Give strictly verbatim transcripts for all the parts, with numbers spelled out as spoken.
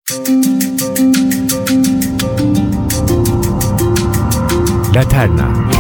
Laterna.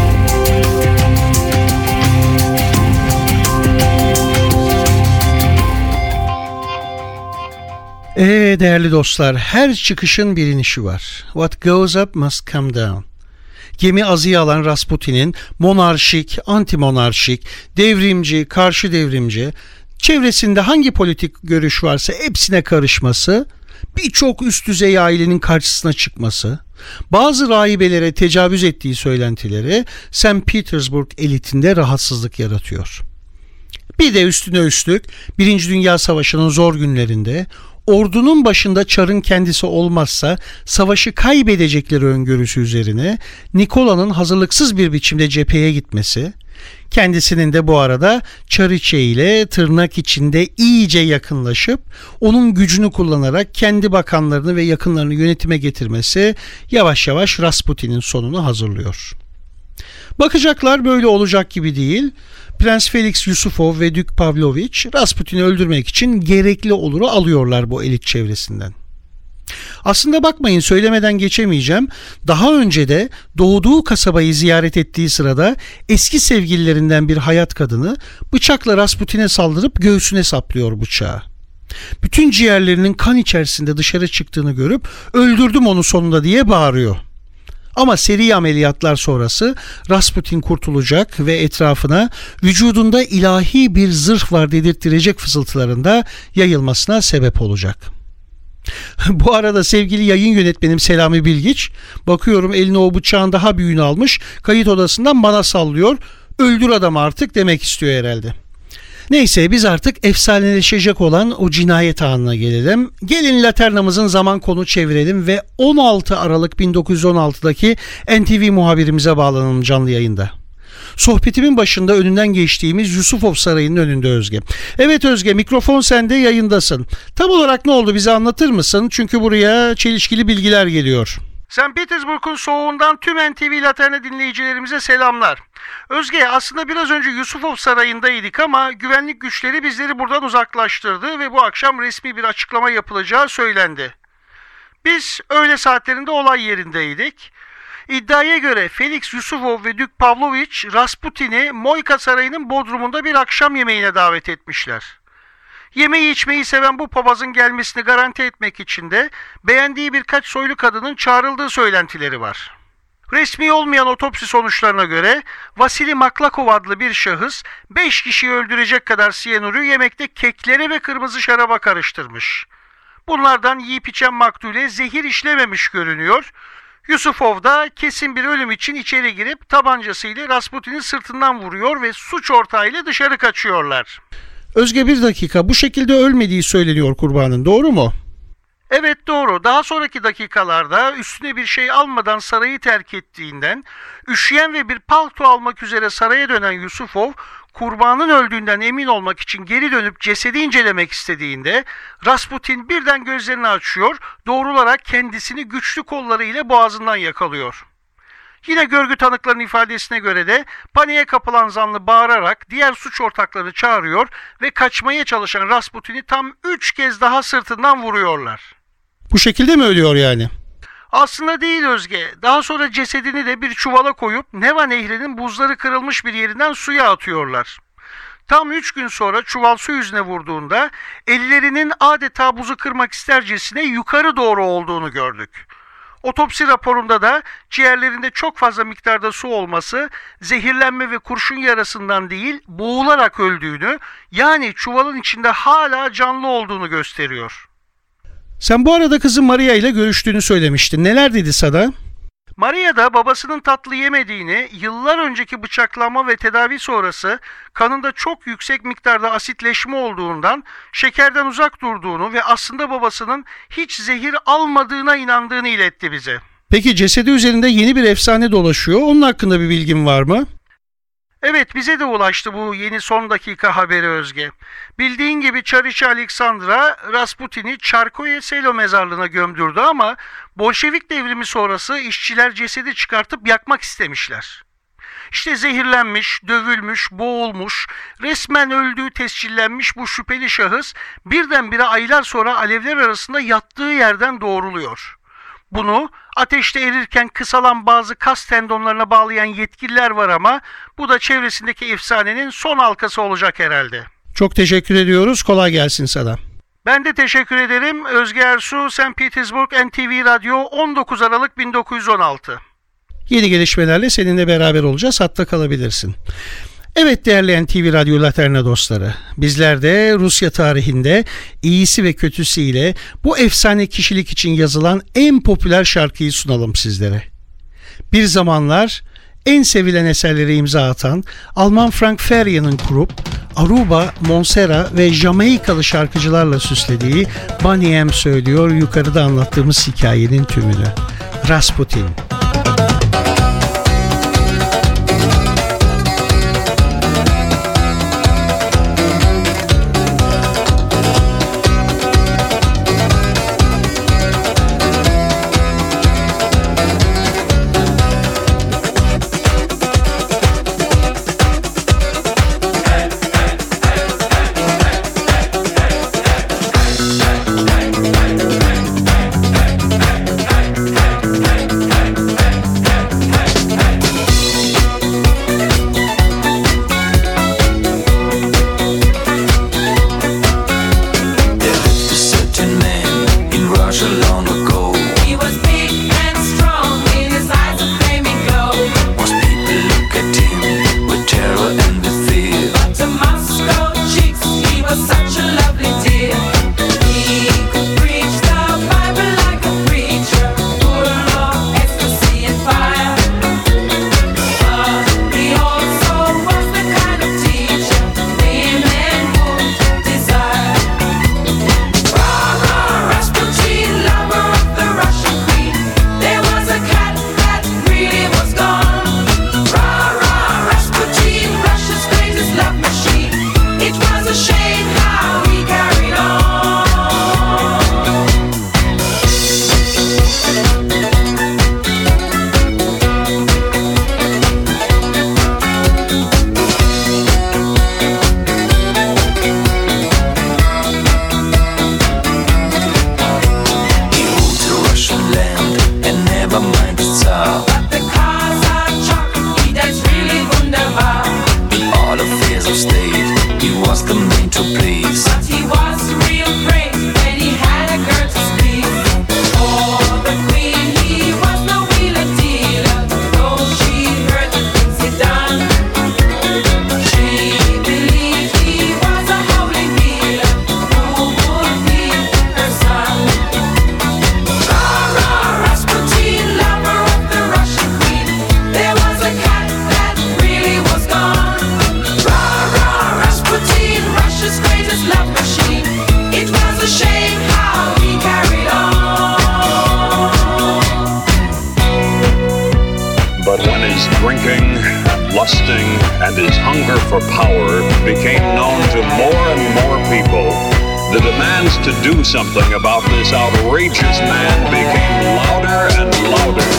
Ee değerli dostlar, her çıkışın bir inişi var. What goes up must come down. Gemi azıya alan Rasputin'in monarşik, anti-monarşik, devrimci, karşı devrimci, çevresinde hangi politik görüş varsa hepsine karışması, birçok üst düzey ailenin karşısına çıkması, bazı rahibelere tecavüz ettiği söylentileri Saint Petersburg elitinde rahatsızlık yaratıyor. Bir de üstüne üstlük Birinci Dünya Savaşı'nın zor günlerinde ordunun başında Çar'ın kendisi olmazsa savaşı kaybedecekleri öngörüsü üzerine Nikola'nın hazırlıksız bir biçimde cepheye gitmesi, kendisinin de bu arada Çariçe ile tırnak içinde iyice yakınlaşıp onun gücünü kullanarak kendi bakanlarını ve yakınlarını yönetime getirmesi yavaş yavaş Rasputin'in sonunu hazırlıyor. Bakacaklar böyle olacak gibi değil. Prens Felix Yusufov ve Dük Pavlovich Rasputin'i öldürmek için gerekli oluru alıyorlar bu elit çevresinden. Aslında bakmayın, söylemeden geçemeyeceğim. Daha önce de doğduğu kasabayı ziyaret ettiği sırada eski sevgililerinden bir hayat kadını bıçakla Rasputin'e saldırıp göğsüne saplıyor bıçağı. Bütün ciğerlerinin kan içerisinde dışarı çıktığını görüp "Öldürdüm onu sonunda" diye bağırıyor. Ama seri ameliyatlar sonrası Rasputin kurtulacak ve etrafına vücudunda ilahi bir zırh var dedirttirecek fısıltılarında yayılmasına sebep olacak. Bu arada sevgili yayın yönetmenim Selami Bilgiç, bakıyorum eline o bıçağın daha büyüğünü almış, kayıt odasından bana sallıyor. "Öldür adamı artık" demek istiyor herhalde. Neyse, biz artık efsaneleşecek olan o cinayet anına gelelim. Gelin Laterna'mızın zaman konu çevirelim ve on altı Aralık bin dokuz yüz on altıdaki N T V muhabirimize bağlanalım canlı yayında. Sohbetimin başında önünden geçtiğimiz Yusufov Sarayı'nın önünde Özge. Evet Özge, mikrofon sende, yayındasın. Tam olarak ne oldu, bize anlatır mısın? Çünkü buraya çelişkili bilgiler geliyor. Saint Petersburg'un soğuğundan tüm N T V Laterna dinleyicilerimize selamlar. Özge, aslında biraz önce Yusufov Sarayı'ndaydık ama güvenlik güçleri bizleri buradan uzaklaştırdı ve bu akşam resmi bir açıklama yapılacağı söylendi. Biz öğle saatlerinde olay yerindeydik. İddiaya göre Felix Yusufov ve Dük Pavlovich Rasputin'i Moyka Sarayı'nın bodrumunda bir akşam yemeğine davet etmişler. Yemeği içmeyi seven bu papazın gelmesini garanti etmek için de beğendiği birkaç soylu kadının çağrıldığı söylentileri var. Resmi olmayan otopsi sonuçlarına göre Vasili Maklakov adlı bir şahıs beş kişiyi öldürecek kadar siyanürü yemekte keklere ve kırmızı şaraba karıştırmış. Bunlardan yiyip içen maktule zehir işlememiş görünüyor. Yusufov da kesin bir ölüm için içeri girip tabancasıyla Rasputin'in sırtından vuruyor ve suç ortağıyla dışarı kaçıyorlar. Özge, bir dakika, bu şekilde ölmediği söyleniyor kurbanın, doğru mu? Evet, doğru. Daha sonraki dakikalarda üstüne bir şey almadan sarayı terk ettiğinden, üşüyen ve bir palto almak üzere saraya dönen Yusufov, kurbanın öldüğünden emin olmak için geri dönüp cesedi incelemek istediğinde Rasputin birden gözlerini açıyor, doğrularak kendisini güçlü kollarıyla boğazından yakalıyor. Yine görgü tanıklarının ifadesine göre de paniğe kapılan zanlı bağırarak diğer suç ortaklarını çağırıyor ve kaçmaya çalışan Rasputin'i tam üç kez daha sırtından vuruyorlar. Bu şekilde mi ölüyor yani? Aslında değil Özge. Daha sonra cesedini de bir çuvala koyup Neva Nehri'nin buzları kırılmış bir yerinden suya atıyorlar. Tam üç gün sonra çuval su yüzüne vurduğunda ellerinin adeta buzu kırmak istercesine yukarı doğru olduğunu gördük. Otopsi raporunda da ciğerlerinde çok fazla miktarda su olması zehirlenme ve kurşun yarasından değil boğularak öldüğünü, yani çuvalın içinde hala canlı olduğunu gösteriyor. Sen bu arada kızın Maria ile görüştüğünü söylemiştin. Neler dedi sana? Maria da babasının tatlı yemediğini, yıllar önceki bıçaklanma ve tedavi sonrası kanında çok yüksek miktarda asitleşme olduğundan şekerden uzak durduğunu ve aslında babasının hiç zehir almadığına inandığını iletti bize. Peki cesedi üzerinde yeni bir efsane dolaşıyor. Onun hakkında bir bilgin var mı? Evet, bize de ulaştı bu yeni son dakika haberi Özge. Bildiğin gibi Çariçe Aleksandra Rasputin'i Çarkoye Selo mezarlığına gömdürdü ama Bolşevik devrimi sonrası işçiler cesedi çıkartıp yakmak istemişler. İşte zehirlenmiş, dövülmüş, boğulmuş, resmen öldüğü tescillenmiş bu şüpheli şahıs birdenbire aylar sonra alevler arasında yattığı yerden doğruluyor. Bunu ateşte erirken kısalan bazı kas tendonlarına bağlayan yetkililer var ama bu da çevresindeki efsanenin son halkası olacak herhalde. Çok teşekkür ediyoruz. Kolay gelsin sana. Ben de teşekkür ederim. Özge Ersu, Saint Petersburg N T V Radyo, on dokuz Aralık bin dokuz yüz on altı. Yeni gelişmelerle seninle beraber olacağız. Hatta kalabilirsin. Evet değerli N T V Radyo Laterna dostları, bizler de Rusya tarihinde iyisi ve kötüsüyle bu efsane kişilik için yazılan en popüler şarkıyı sunalım sizlere. Bir zamanlar en sevilen eserlere imza atan Alman Frank Farian'ın kurup Aruba, Montserrat ve Jamaikalı şarkıcılarla süslediği Boney M söylüyor yukarıda anlattığımız hikayenin tümünü. Rasputin. And his hunger for power became known to more and more people. The demands to do something about this outrageous man became louder and louder.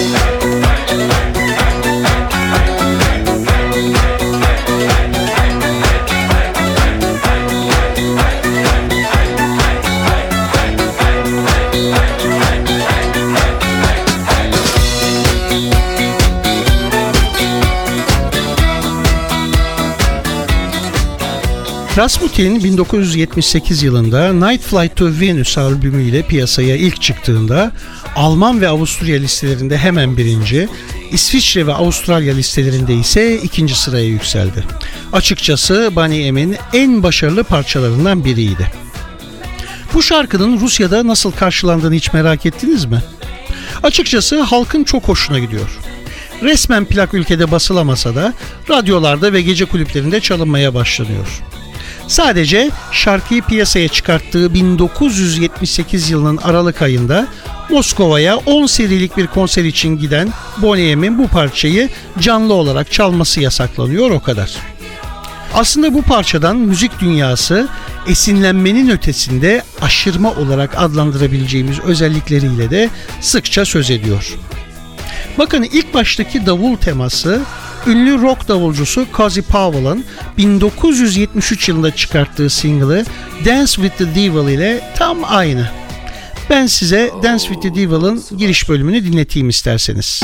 Rasputin bin dokuz yüz yetmiş sekiz yılında Night Flight to Venus albümüyle piyasaya ilk çıktığında Alman ve Avusturya listelerinde hemen birinci, İsviçre ve Avustralya listelerinde ise ikinci sıraya yükseldi. Açıkçası Boney M'in en başarılı parçalarından biriydi. Bu şarkının Rusya'da nasıl karşılandığını hiç merak ettiniz mi? Açıkçası halkın çok hoşuna gidiyor. Resmen plak ülkede basılamasa da radyolarda ve gece kulüplerinde çalınmaya başlanıyor. Sadece şarkıyı piyasaya çıkarttığı bin dokuz yüz yetmiş sekiz yılının Aralık ayında Moskova'ya on serilik bir konser için giden Boney M'in bu parçayı canlı olarak çalması yasaklanıyor, o kadar. Aslında bu parçadan müzik dünyası esinlenmenin ötesinde aşırma olarak adlandırabileceğimiz özellikleriyle de sıkça söz ediyor. Bakın ilk baştaki davul teması ünlü rock davulcusu Cozy Powell'ın bin dokuz yüz yetmiş üç yılında çıkarttığı single'ı Dance with the Devil ile tam aynı. Ben size Dance with the Devil'ın giriş bölümünü dinleteyim isterseniz.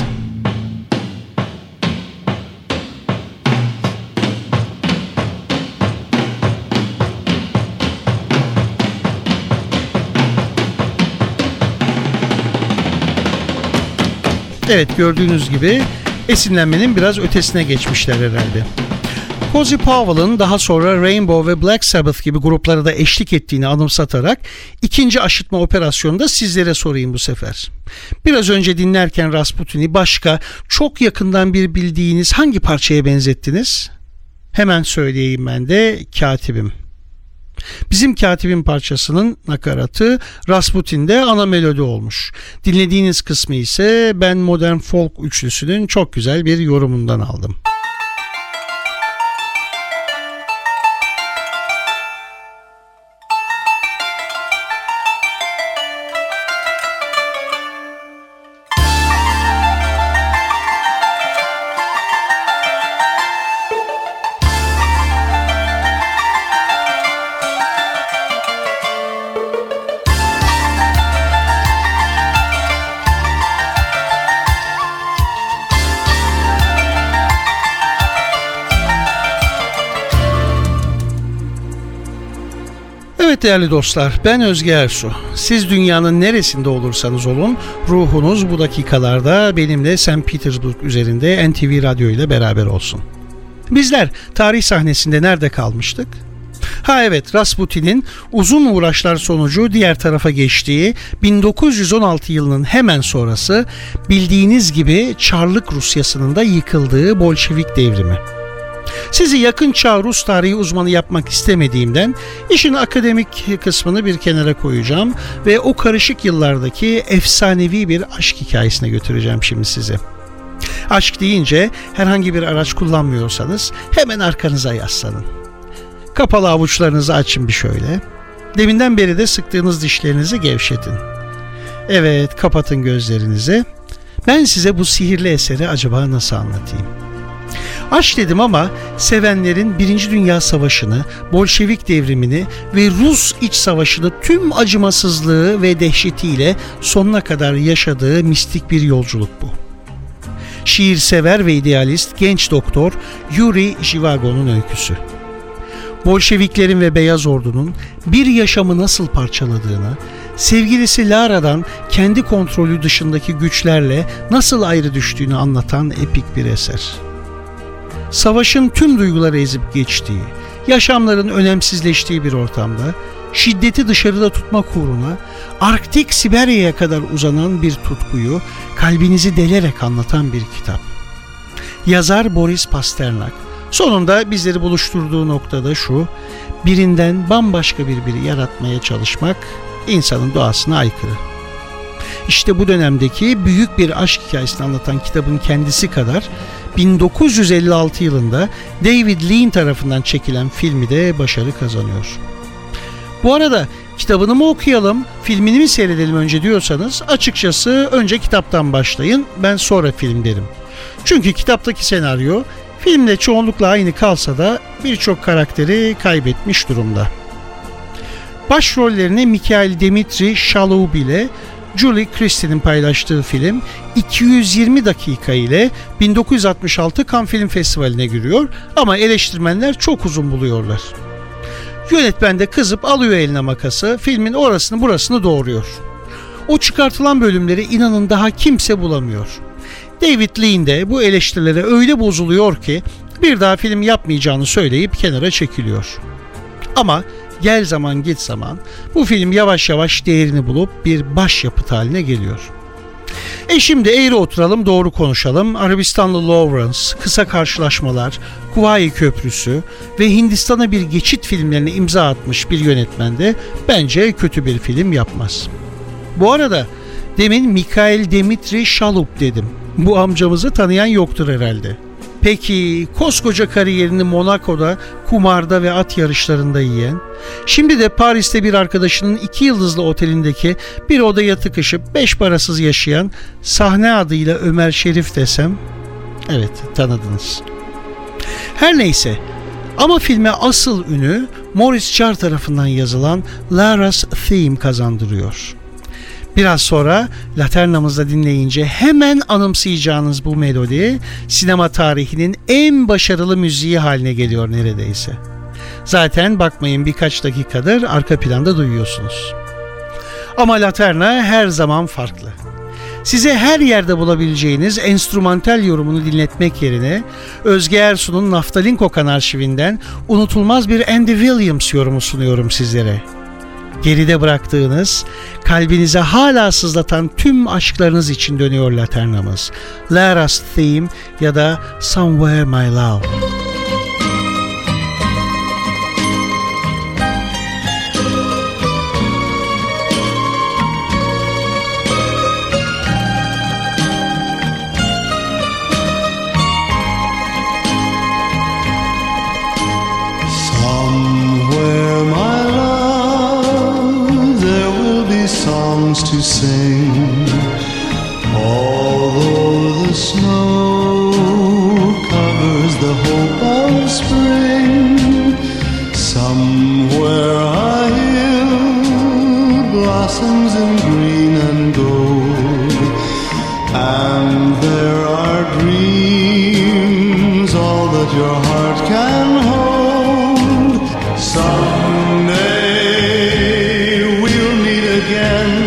Evet, gördüğünüz gibi esinlenmenin biraz ötesine geçmişler herhalde. Cozy Powell'ın daha sonra Rainbow ve Black Sabbath gibi gruplara da eşlik ettiğini anımsatarak ikinci aşıtma operasyonunu da sizlere sorayım bu sefer. Biraz önce dinlerken Rasputin'i başka çok yakından bir bildiğiniz hangi parçaya benzettiniz? Hemen söyleyeyim ben de, Katibim. Bizim Katibim parçasının nakaratı Rasputin'de ana melodi olmuş. Dinlediğiniz kısmı ise ben Modern Folk üçlüsünün çok güzel bir yorumundan aldım. Evet değerli dostlar, ben Özge Ersu. Siz dünyanın neresinde olursanız olun, ruhunuz bu dakikalarda benimle Saint Petersburg üzerinde N T V Radyo ile beraber olsun. Bizler tarih sahnesinde nerede kalmıştık? Ha evet, Rasputin'in uzun uğraşlar sonucu diğer tarafa geçtiği bin dokuz yüz on altı yılının hemen sonrası, bildiğiniz gibi Çarlık Rusyası'nın da yıkıldığı Bolşevik devrimi. Sizi yakın çağ Rus tarihi uzmanı yapmak istemediğimden işin akademik kısmını bir kenara koyacağım ve o karışık yıllardaki efsanevi bir aşk hikayesine götüreceğim şimdi sizi. Aşk deyince herhangi bir araç kullanmıyorsanız hemen arkanıza yaslanın. Kapalı avuçlarınızı açın bir şöyle. Deminden beri de sıktığınız dişlerinizi gevşetin. Evet, kapatın gözlerinizi. Ben size bu sihirli eseri acaba nasıl anlatayım? Aşk dedim ama sevenlerin Birinci Dünya Savaşı'nı, Bolşevik devrimini ve Rus İç Savaşı'nı tüm acımasızlığı ve dehşetiyle sonuna kadar yaşadığı mistik bir yolculuk bu. Şiirsever ve idealist genç doktor Yuri Jivago'nun öyküsü. Bolşeviklerin ve Beyaz Ordu'nun bir yaşamı nasıl parçaladığını, sevgilisi Lara'dan kendi kontrolü dışındaki güçlerle nasıl ayrı düştüğünü anlatan epik bir eser. Savaşın tüm duyguları ezip geçtiği, yaşamların önemsizleştiği bir ortamda, şiddeti dışarıda tutmak uğruna Arktik Siberya'ya kadar uzanan bir tutkuyu kalbinizi delerek anlatan bir kitap. Yazar Boris Pasternak. Sonunda bizleri buluşturduğu noktada şu: birinden bambaşka bir biri yaratmaya çalışmak insanın doğasına aykırı. İşte bu dönemdeki büyük bir aşk hikayesini anlatan kitabın kendisi kadar bin dokuz yüz elli altı yılında David Lean tarafından çekilen filmi de başarı kazanıyor. Bu arada kitabını mı okuyalım, filmini mi seyredelim önce diyorsanız açıkçası önce kitaptan başlayın, ben sonra film derim. Çünkü kitaptaki senaryo filmle çoğunlukla aynı kalsa da birçok karakteri kaybetmiş durumda. Başrollerini Mikhail Dmitri Shalhoub ile Julie Christie'nin paylaştığı film iki yüz yirmi dakika ile bin dokuz yüz altmış altı Cannes Film Festivali'ne giriyor ama eleştirmenler çok uzun buluyorlar. Yönetmen de kızıp alıyor eline makası, filmin orasını burasını doğuruyor. O çıkartılan bölümleri inanın daha kimse bulamıyor. David Lean de bu eleştirilere öyle bozuluyor ki bir daha film yapmayacağını söyleyip kenara çekiliyor. Ama gel zaman git zaman bu film yavaş yavaş değerini bulup bir başyapıt haline geliyor. E şimdi eğri oturalım, doğru konuşalım. Arabistanlı Lawrence, Kısa Karşılaşmalar, Kuvayi Köprüsü ve Hindistan'a bir geçit filmlerine imza atmış bir yönetmen de bence kötü bir film yapmaz. Bu arada demin Mikhail Dmitri Shalhoub dedim. Bu amcamızı tanıyan yoktur herhalde. Peki koskoca kariyerini Monaco'da, kumarda ve at yarışlarında yiyen, şimdi de Paris'te bir arkadaşının iki yıldızlı otelindeki bir odaya tıkışıp beş parasız yaşayan sahne adıyla Ömer Şerif desem, Evet, tanıdınız. Her neyse, ama filme asıl ünü Maurice Jarre tarafından yazılan Lara's Theme kazandırıyor. Biraz sonra Laternamızda dinleyince hemen anımsayacağınız bu melodi sinema tarihinin en başarılı müziği haline geliyor neredeyse. Zaten bakmayın birkaç dakikadır arka planda duyuyorsunuz. Ama Laterna her zaman farklı. Size her yerde bulabileceğiniz enstrümantal yorumunu dinletmek yerine Özge Ersun'un Naftalin Kokan arşivinden unutulmaz bir Andy Williams yorumu sunuyorum sizlere. Geride bıraktığınız, kalbinize hala sızlatan tüm aşklarınız için dönüyor Laternamız. Lara's Theme ya da Somewhere My Love. To sing, although the snow covers the hope of spring, somewhere a hill blossoms in green and gold, and there are dreams, all that your heart can hold. Someday we'll meet again,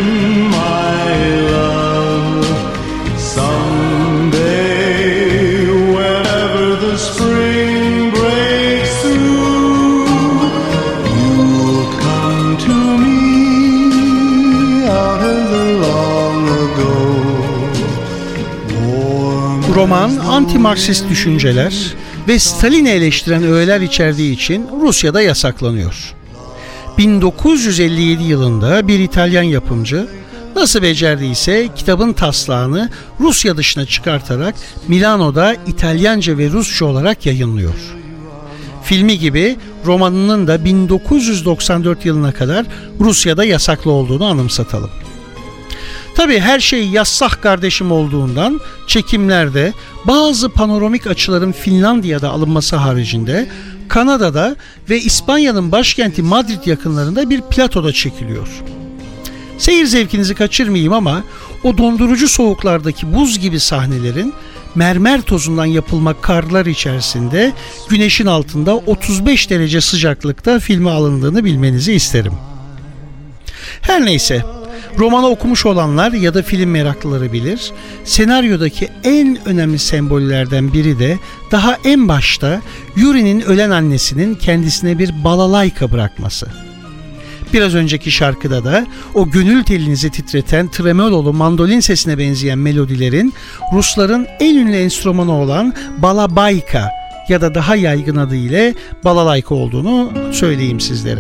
roman anti-Marksist düşünceler ve Stalin'i eleştiren öğeler içerdiği için Rusya'da yasaklanıyor. bin dokuz yüz elli yedi yılında bir İtalyan yapımcı nasıl becerdiyse kitabın taslağını Rusya dışına çıkartarak Milano'da İtalyanca ve Rusça olarak yayınlıyor. Filmi gibi romanının da bin dokuz yüz doksan dört yılına kadar Rusya'da yasaklı olduğunu anımsatalım. Tabii her şey yasak kardeşim olduğundan çekimlerde bazı panoramik açıların Finlandiya'da alınması haricinde Kanada'da ve İspanya'nın başkenti Madrid yakınlarında bir platoda çekiliyor. Seyir zevkinizi kaçırmayayım ama o dondurucu soğuklardaki buz gibi sahnelerin mermer tozundan yapılma karlar içerisinde güneşin altında otuz beş derece sıcaklıkta filme alındığını bilmenizi isterim. Her neyse, romanı okumuş olanlar ya da film meraklıları bilir, senaryodaki en önemli sembollerden biri de daha en başta Yuri'nin ölen annesinin kendisine bir balalayka bırakması. Biraz önceki şarkıda da o gönül telinizi titreten tremololu mandolin sesine benzeyen melodilerin Rusların en ünlü enstrümanı olan balabayka ya da daha yaygın adıyla balalayka olduğunu söyleyeyim sizlere.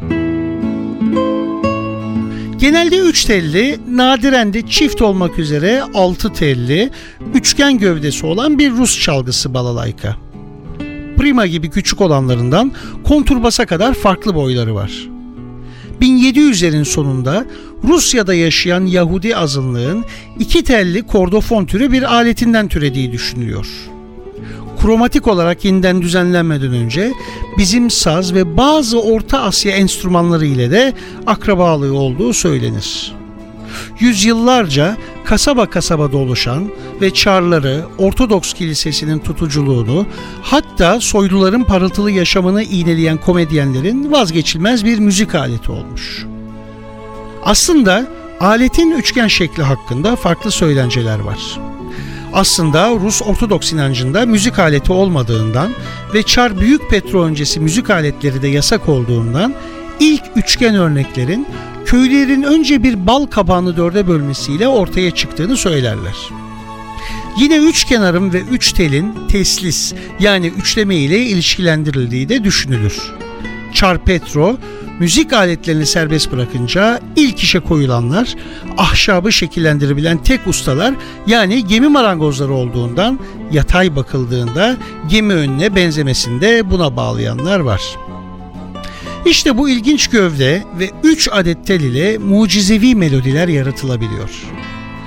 Genelde üç telli, nadiren de çift olmak üzere altı telli, üçgen gövdesi olan bir Rus çalgısı balalayka. Prima gibi küçük olanlarından konturbasa kadar farklı boyları var. bin yedi yüzlerin sonunda Rusya'da yaşayan Yahudi azınlığın iki telli kordofon türü bir aletinden türediği düşünülüyor. Kromatik olarak yeniden düzenlenmeden önce bizim saz ve bazı Orta Asya enstrümanları ile de akrabalığı olduğu söylenir. Yüzyıllarca kasaba kasaba dolaşan ve çarları, Ortodoks Kilisesi'nin tutuculuğunu, hatta soyluların parıltılı yaşamını iğneleyen komedyenlerin vazgeçilmez bir müzik aleti olmuş. Aslında aletin üçgen şekli hakkında farklı söylenceler var. Aslında Rus Ortodoks inancında müzik aleti olmadığından ve çar Büyük Petro öncesi müzik aletleri de yasak olduğundan ilk üçgen örneklerin köylülerin önce bir bal kabağını dörde bölmesiyle ortaya çıktığını söylerler. Yine üç kenarın ve üç telin teslis yani üçleme ile ilişkilendirildiği de düşünülür. Çar Petro müzik aletlerini serbest bırakınca ilk işe koyulanlar ahşabı şekillendirebilen tek ustalar yani gemi marangozları olduğundan yatay bakıldığında gemi önüne benzemesini de buna bağlayanlar var. İşte bu ilginç gövde ve üç adet tel ile mucizevi melodiler yaratılabiliyor.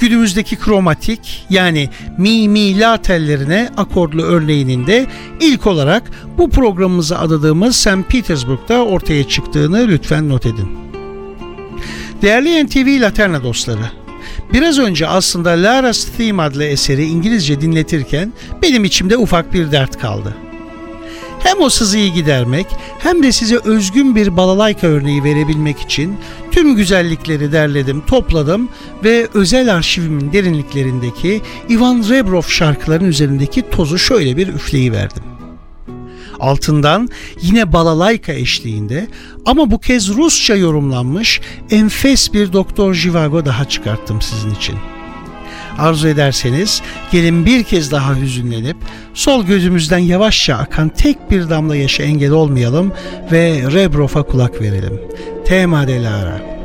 Günümüzdeki kromatik yani mi mi la tellerine akorlu örneğinin de ilk olarak bu programımıza adadığımız Saint Petersburg'da ortaya çıktığını lütfen not edin. Değerli N T V Laterna dostları, biraz önce aslında Lara's Theme adlı eseri İngilizce dinletirken benim içimde ufak bir dert kaldı. Hem o sızıyı gidermek hem de size özgün bir balalayka örneği verebilmek için tüm güzellikleri derledim, topladım ve özel arşivimin derinliklerindeki Ivan Rebrov şarkıların üzerindeki tozu şöyle bir üfleyiverdim. Altından yine balalayka eşliğinde ama bu kez Rusça yorumlanmış enfes bir Doktor Zhivago daha çıkarttım sizin için. Arzu ederseniz gelin bir kez daha hüzünlenip sol gözümüzden yavaşça akan tek bir damla yaşa engel olmayalım ve Rebrov'a kulak verelim. Tema de Lara.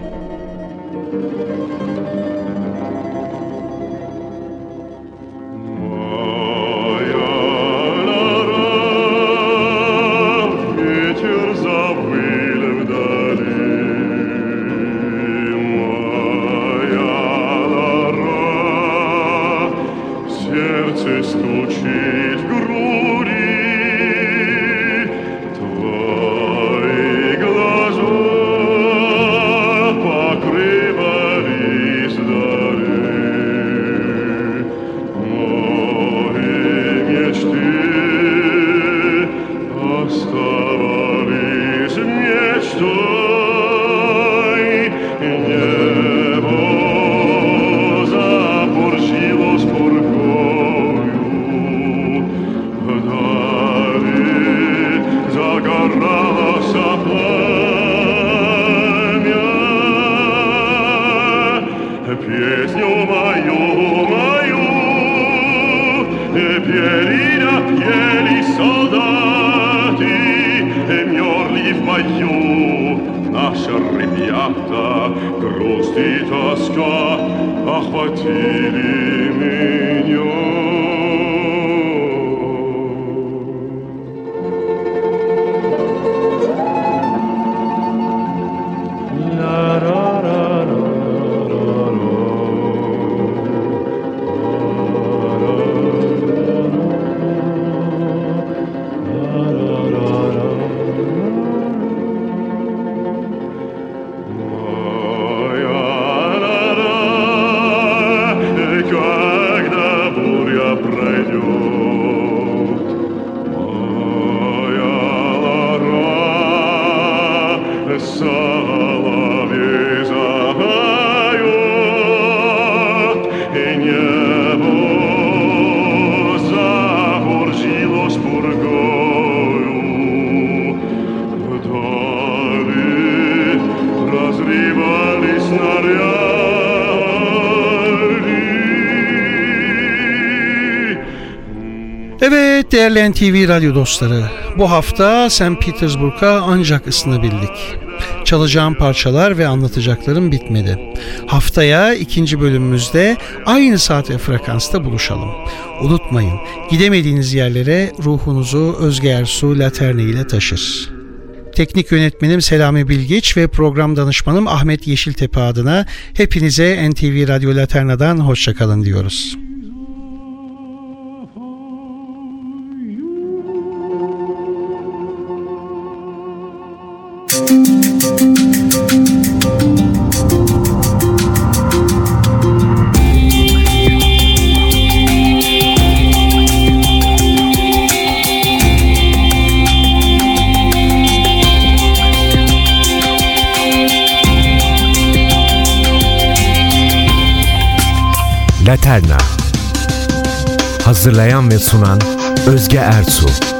Evet değerli N T V radyo dostları, bu hafta Saint Petersburg'a ancak ısınabildik. Çalacağım parçalar ve anlatacaklarım bitmedi. Haftaya ikinci bölümümüzde aynı saat ve frekansta buluşalım. Unutmayın, gidemediğiniz yerlere ruhunuzu Özge Ersu Laterna ile taşır. Teknik yönetmenim Selami Bilgiç ve program danışmanım Ahmet Yeşiltepe adına hepinize N T V Radyo Laterna'dan hoşçakalın diyoruz. Laterna. Hazırlayan ve sunan Özge Ersu.